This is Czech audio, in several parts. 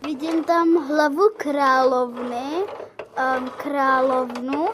Vidím tam hlavu královnu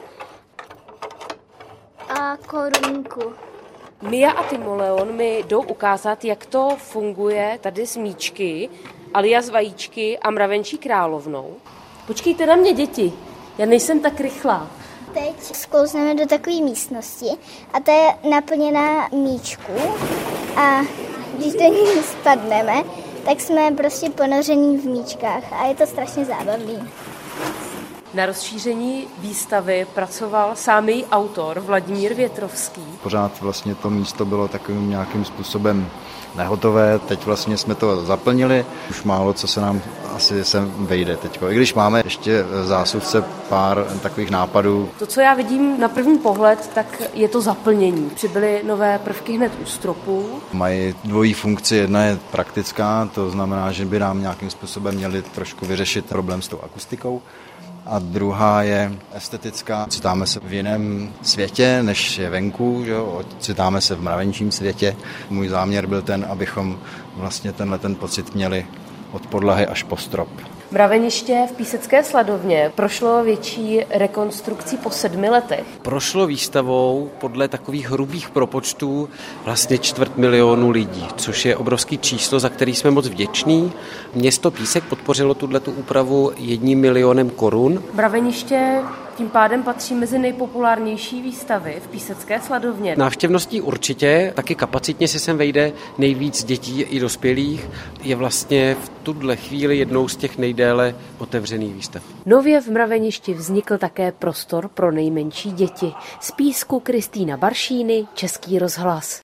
a korunku. Mia a Timoleon mi jdou ukázat, jak to funguje tady s míčky, alias vajíčky a mravenčí královnou. Počkejte na mě, děti, já nejsem tak rychlá. Teď sklouzneme do takové místnosti a ta je naplněná míčku a když do ní spadneme, tak jsme prostě ponoření v míčkách a je to strašně zábavný. Na rozšíření výstavy pracoval sám její autor Vladimír Větrovský. Pořád vlastně to místo bylo takovým nějakým způsobem nehotové, teď vlastně jsme to zaplnili, už málo co se nám asi sem vejde teďko. I když máme ještě v zásuvce pár takových nápadů. To, co já vidím na první pohled, tak je to zaplnění. Přibyly nové prvky hned u stropu. Mají dvojí funkci, jedna je praktická, to znamená, že by nám nějakým způsobem měli trošku vyřešit problém s tou akustikou. A druhá je estetická. Citáme se v jiném světě, než je venku, že? Citáme se v mravenčím světě. Můj záměr byl ten, abychom vlastně ten pocit měli od podlahy až po strop. Mraveniště v Písecké Sladovně prošlo větší rekonstrukcí po 7 letech. Prošlo výstavou podle takových hrubých propočtů vlastně 250 000 lidí, což je obrovský číslo, za který jsme moc vděční. Město Písek podpořilo tuto úpravu 1 milionem korun. Mraveniště tím pádem patří mezi nejpopulárnější výstavy v Písecké Sladovně. Návštěvností určitě, taky kapacitně se sem vejde nejvíc dětí i dospělých. Je vlastně v tuhle chvíli jednou z těch nejdéle otevřených výstav. Nově v Mraveništi vznikl také prostor pro nejmenší děti. Z Písku Kristýna Baršíny, Český rozhlas.